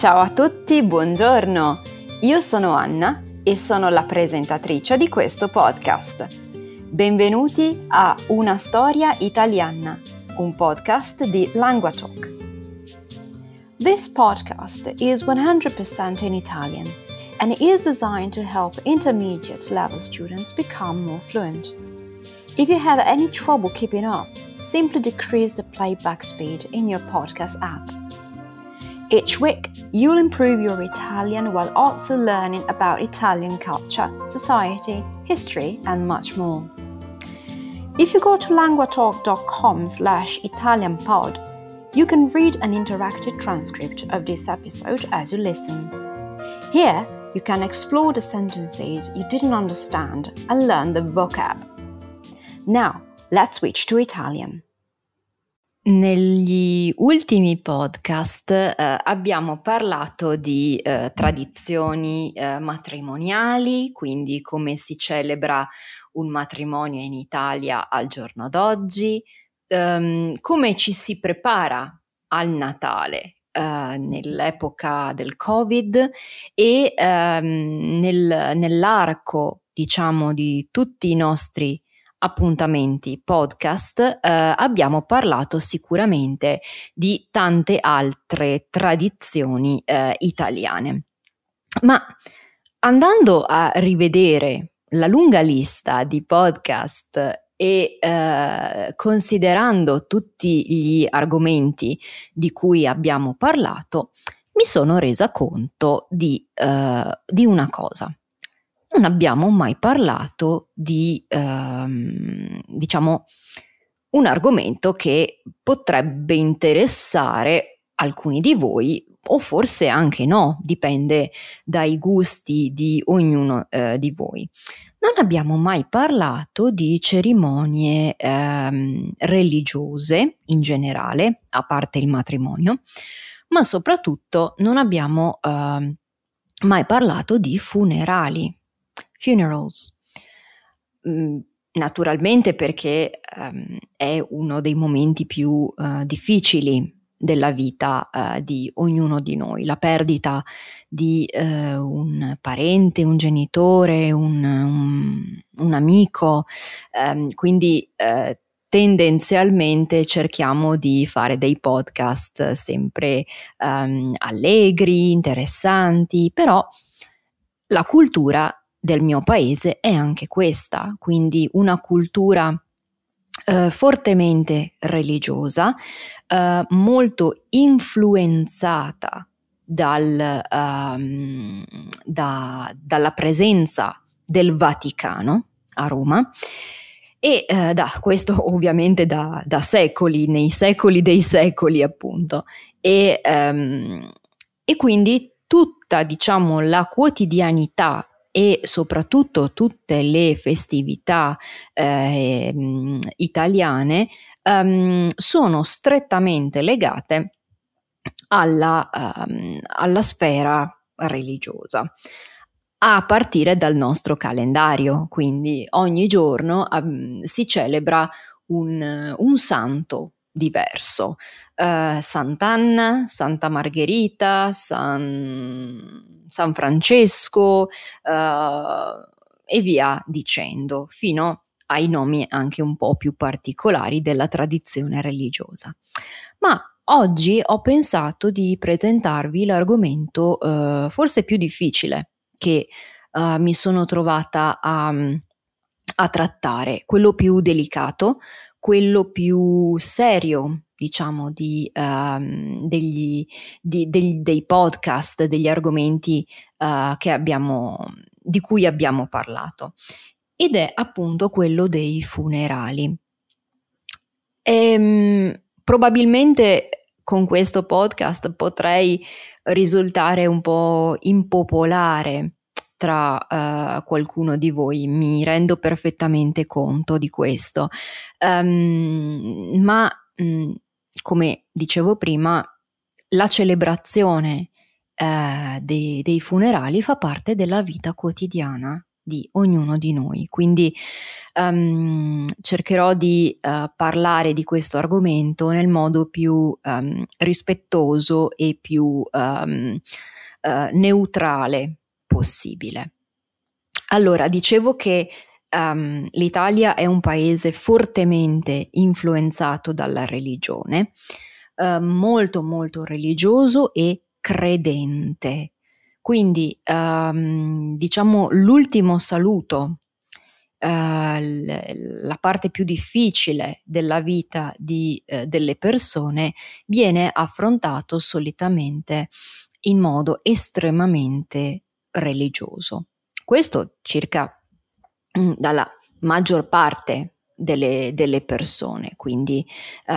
Ciao a tutti, buongiorno! Io sono Anna e sono la presentatrice di questo podcast. Benvenuti a Una storia italiana, un podcast di LanguaTalk. This podcast is 100% in Italian and it is designed to help intermediate level students become more fluent. If you have any trouble keeping up, simply decrease the playback speed in your podcast app. Each week, you'll improve your Italian while also learning about Italian culture, society, history, and much more. If you go to languatalk.com/ItalianPod, you can read an interactive transcript of this episode as you listen. Here, you can explore the sentences you didn't understand and learn the vocab. Now, let's switch to Italian. Negli ultimi podcast abbiamo parlato di tradizioni matrimoniali, quindi come si celebra un matrimonio in Italia al giorno d'oggi, come ci si prepara al Natale nell'epoca del Covid e nell'arco, diciamo, di tutti i nostri appuntamenti podcast abbiamo parlato sicuramente di tante altre tradizioni italiane. Ma andando a rivedere la lunga lista di podcast e considerando tutti gli argomenti di cui abbiamo parlato, mi sono resa conto di una cosa. Non abbiamo mai parlato di, diciamo, un argomento che potrebbe interessare alcuni di voi, o forse anche no, dipende dai gusti di ognuno di voi. Non abbiamo mai parlato di cerimonie religiose in generale, a parte il matrimonio, ma soprattutto non abbiamo mai parlato di funerali. Funerals. Naturalmente perché è uno dei momenti più difficili della vita di ognuno di noi, la perdita di un parente, un genitore, un amico, quindi tendenzialmente cerchiamo di fare dei podcast sempre allegri, interessanti, però la cultura del mio paese è anche questa, quindi una cultura fortemente religiosa, molto influenzata dalla presenza del Vaticano a Roma e questo ovviamente da secoli, nei secoli dei secoli appunto, e quindi tutta, diciamo, la quotidianità e soprattutto tutte le festività italiane sono strettamente legate alla sfera religiosa, a partire dal nostro calendario. Quindi ogni giorno si celebra un santo diverso, Sant'Anna, Santa Margherita, San Francesco e via dicendo, fino ai nomi anche un po' più particolari della tradizione religiosa. Ma oggi ho pensato di presentarvi l'argomento forse più difficile che mi sono trovata a trattare, quello più delicato, quello più serio, diciamo, dei podcast, degli argomenti di cui abbiamo parlato, ed è appunto quello dei funerali. Probabilmente con questo podcast potrei risultare un po' impopolare tra qualcuno di voi, mi rendo perfettamente conto di questo, ma come dicevo prima, la celebrazione dei funerali fa parte della vita quotidiana di ognuno di noi. Quindi cercherò di parlare di questo argomento nel modo più rispettoso e più neutrale possibile. Allora, dicevo che l'Italia è un paese fortemente influenzato dalla religione, molto molto religioso e credente. Quindi diciamo l'ultimo saluto, la parte più difficile della vita delle persone viene affrontato solitamente in modo estremamente religioso. Questo circa dalla maggior parte delle persone, quindi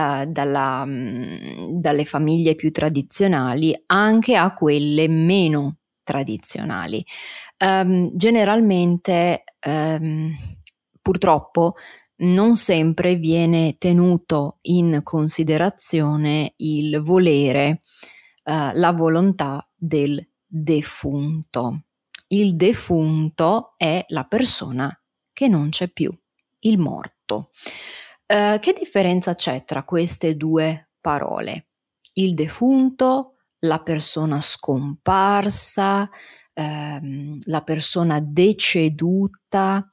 dalle famiglie più tradizionali anche a quelle meno tradizionali. Generalmente purtroppo non sempre viene tenuto in considerazione il volere, la volontà del defunto. Il defunto è la persona che non c'è più, il morto. Che differenza c'è tra queste due parole? Il defunto, la persona scomparsa, la persona deceduta,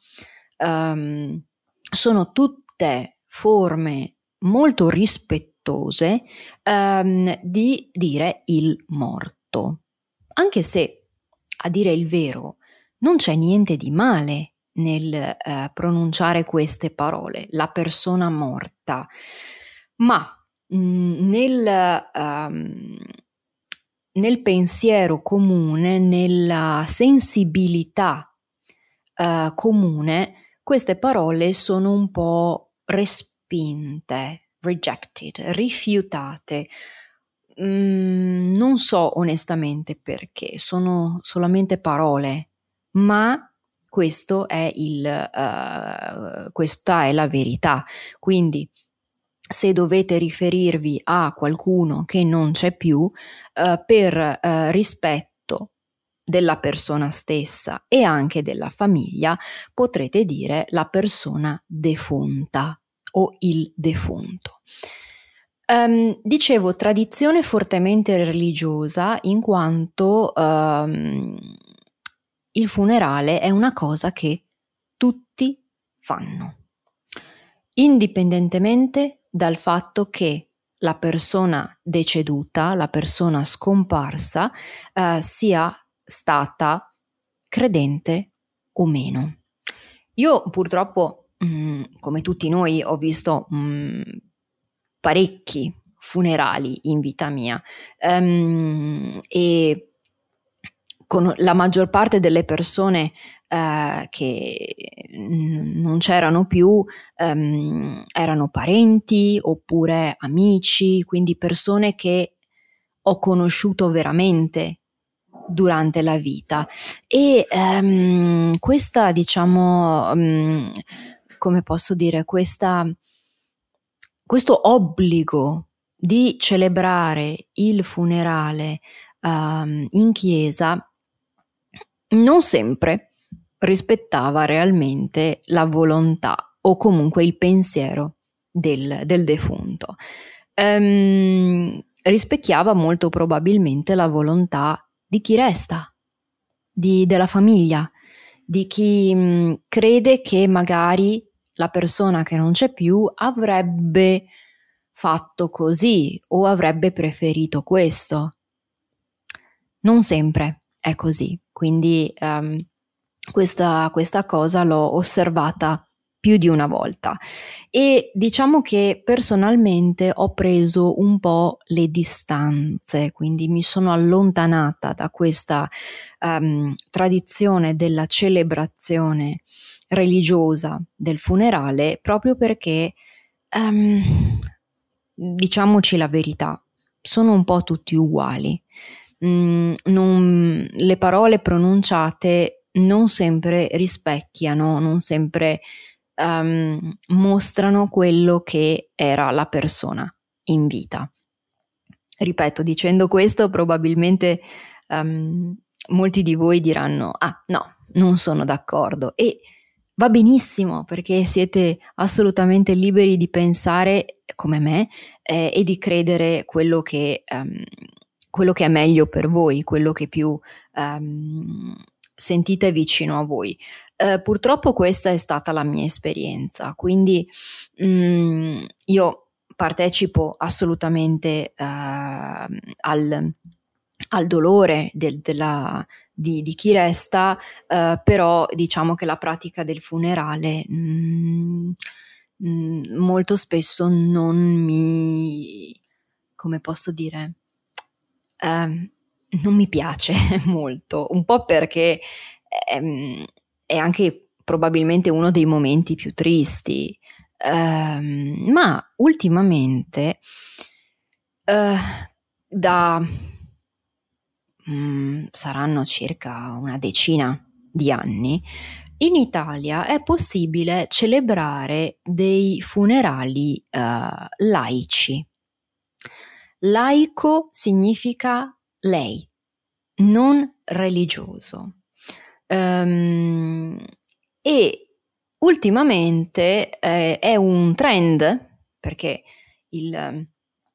sono tutte forme molto rispettose di dire il morto, anche se, a dire il vero, non c'è niente di male nel pronunciare queste parole, la persona morta, ma nel pensiero comune, nella sensibilità comune, queste parole sono un po' respinte, rejected, rifiutate. Non so onestamente perché, sono solamente parole, ma questa è la verità. Quindi se dovete riferirvi a qualcuno che non c'è più, per rispetto della persona stessa e anche della famiglia, potrete dire la persona defunta o il defunto. Dicevo tradizione fortemente religiosa in quanto il funerale è una cosa che tutti fanno, indipendentemente dal fatto che la persona deceduta, la persona scomparsa, sia stata credente o meno. Io purtroppo, come tutti noi, ho visto parecchi funerali in vita mia, e con la maggior parte delle persone che non c'erano più erano parenti oppure amici, quindi persone che ho conosciuto veramente durante la vita. E questa, diciamo, come posso dire, questo obbligo di celebrare il funerale in chiesa non sempre rispettava realmente la volontà o comunque il pensiero del defunto. Rispecchiava molto probabilmente la volontà di chi resta, della famiglia, di chi crede che magari la persona che non c'è più avrebbe fatto così o avrebbe preferito questo. Non sempre è così, quindi questa cosa l'ho osservata più di una volta e diciamo che personalmente ho preso un po' le distanze, quindi mi sono allontanata da questa tradizione della celebrazione religiosa del funerale proprio perché diciamoci la verità, sono un po' tutti uguali. Le parole pronunciate non sempre rispecchiano, non sempre mostrano quello che era la persona in vita. Ripeto, dicendo questo probabilmente molti di voi diranno: ah no, non sono d'accordo e va benissimo perché siete assolutamente liberi di pensare come me e di credere quello che è meglio per voi, quello che più sentite vicino a voi. Purtroppo questa è stata la mia esperienza, quindi io partecipo assolutamente al dolore di chi resta, però diciamo che la pratica del funerale molto spesso non mi, come posso dire, non mi piace molto, un po' perché ehm, è anche probabilmente uno dei momenti più tristi, ma ultimamente eh, da saranno circa una decina di anni, in Italia è possibile celebrare dei funerali laici. Laico significa lei, non religioso. E ultimamente è un trend perché il,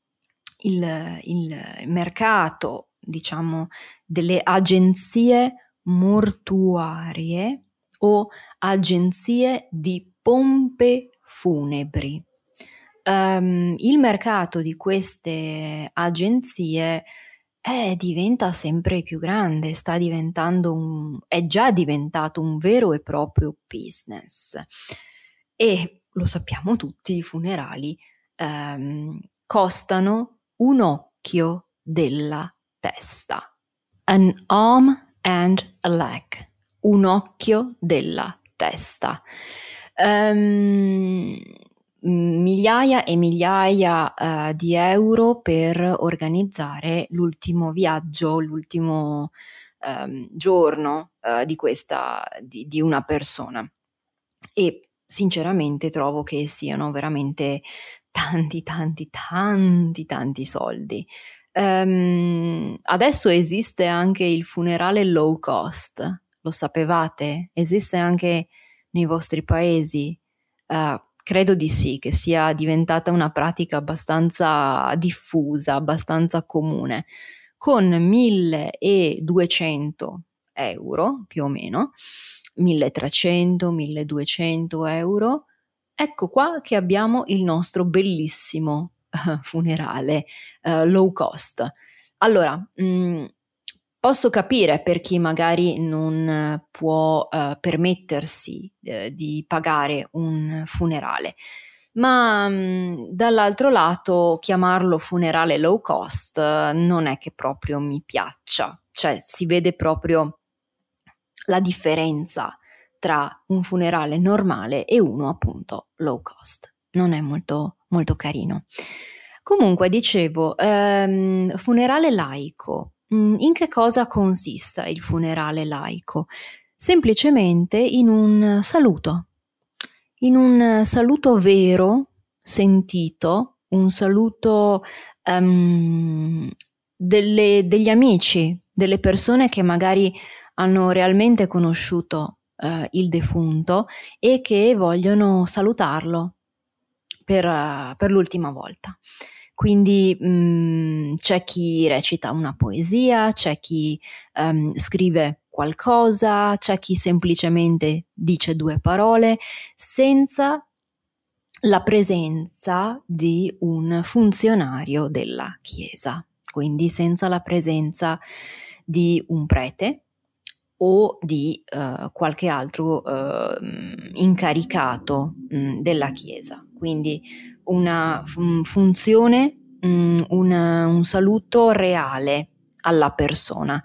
il mercato, diciamo, delle agenzie mortuarie o agenzie di pompe funebri. Il mercato di queste agenzie diventa sempre più grande, è già diventato un vero e proprio business. E lo sappiamo tutti, i funerali costano un occhio della testa. An arm and a leg. Un occhio della testa. Migliaia e migliaia di euro per organizzare l'ultimo viaggio, l'ultimo giorno di una persona. E sinceramente trovo che siano veramente tanti soldi. Adesso esiste anche il funerale low cost, lo sapevate? Esiste anche nei vostri paesi? Credo di sì, che sia diventata una pratica abbastanza diffusa, abbastanza comune, con 1.200 euro più o meno, 1.300, 1.200 euro. Ecco qua che abbiamo il nostro bellissimo funerale low cost. Allora, posso capire per chi magari non può permettersi di pagare un funerale, ma dall'altro lato chiamarlo funerale low cost non è che proprio mi piaccia, cioè si vede proprio la differenza tra un funerale normale e uno appunto low cost. Non è molto, molto carino. Comunque, dicevo, funerale laico. In che cosa consiste il funerale laico? Semplicemente in un saluto vero, sentito, un saluto degli amici, delle persone che magari hanno realmente conosciuto il defunto e che vogliono salutarlo per l'ultima volta. Quindi c'è chi recita una poesia, c'è chi scrive qualcosa, c'è chi semplicemente dice due parole senza la presenza di un funzionario della Chiesa, quindi senza la presenza di un prete o di qualche altro incaricato della Chiesa. Quindi una funzione, un saluto reale alla persona,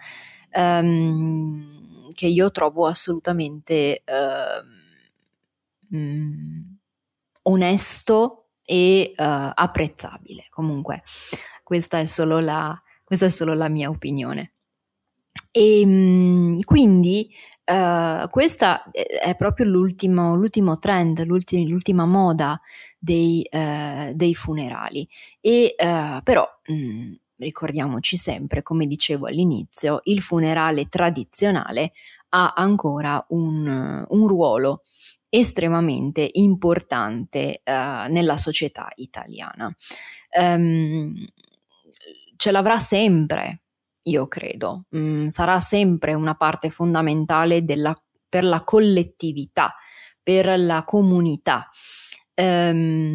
che io trovo assolutamente onesto e apprezzabile. Comunque, questa è solo la mia opinione. E quindi questa è proprio l'ultimo trend, l'ultima moda dei funerali. E però ricordiamoci sempre, come dicevo all'inizio, il funerale tradizionale ha ancora un ruolo estremamente importante nella società italiana. Ce l'avrà sempre, io credo, sarà sempre una parte fondamentale per la collettività, per la comunità, per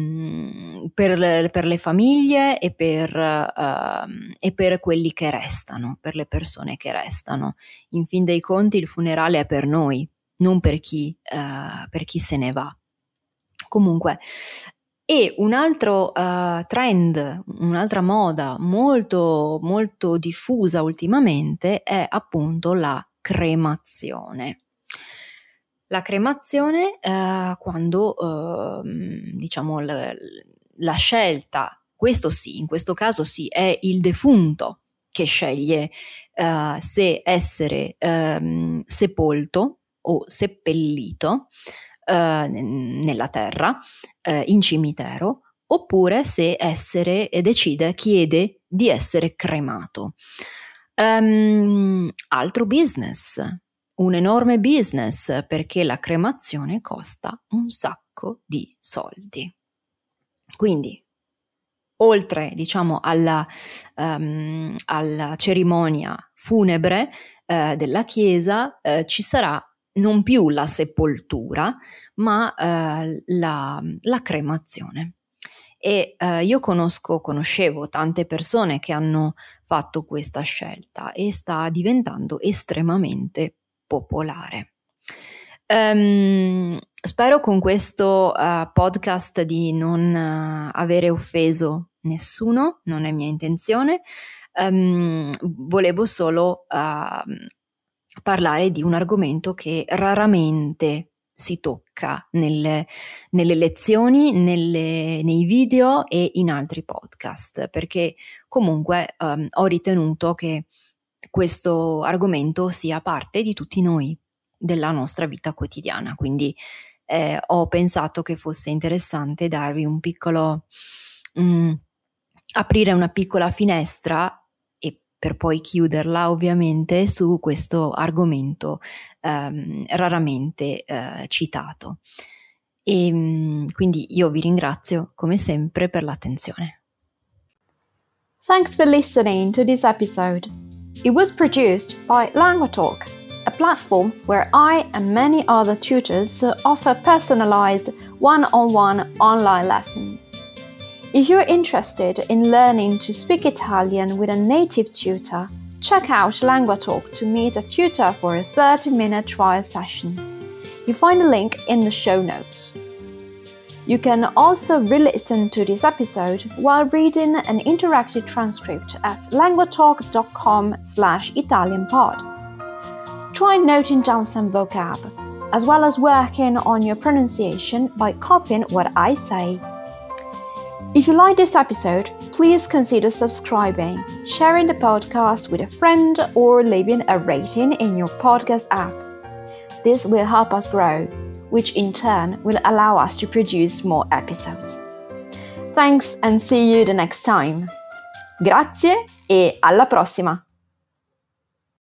le famiglie e per quelli che restano, per le persone che restano. In fin dei conti il funerale è per noi, non per chi se ne va. Comunque, e un altro trend, un'altra moda molto, molto diffusa ultimamente è appunto la cremazione. La cremazione quando diciamo la scelta, questo sì, in questo caso sì, è il defunto che sceglie se essere sepolto o seppellito nella terra, in cimitero, oppure se chiede di essere cremato. Altro business, un enorme business, perché la cremazione costa un sacco di soldi. Quindi, oltre, diciamo, alla cerimonia funebre della chiesa, ci sarà non più la sepoltura, ma la cremazione. E io conoscevo tante persone che hanno fatto questa scelta e sta diventando estremamente popolare. Spero con questo podcast di non avere offeso nessuno, non è mia intenzione. Volevo solo parlare di un argomento che raramente si tocca nelle lezioni, nei video e in altri podcast, perché comunque ho ritenuto che questo argomento sia parte di tutti noi, della nostra vita quotidiana, quindi ho pensato che fosse interessante darvi un piccolo aprire una piccola finestra e per poi chiuderla ovviamente su questo argomento raramente citato. E quindi io vi ringrazio come sempre per l'attenzione. Thanks for listening to this episode. It was produced by LanguaTalk, a platform where I and many other tutors offer personalized one-on-one online lessons. If you're interested in learning to speak Italian with a native tutor, check out LanguaTalk to meet a tutor for a 30-minute trial session. You'll find a link in the show notes. You can also re-listen to this episode while reading an interactive transcript at languatalk.com/ItalianPod. Try noting down some vocab, as well as working on your pronunciation by copying what I say. If you like this episode, please consider subscribing, sharing the podcast with a friend, or leaving a rating in your podcast app. This will help us grow, which in turn will allow us to produce more episodes. Thanks and see you the next time. Grazie e alla prossima!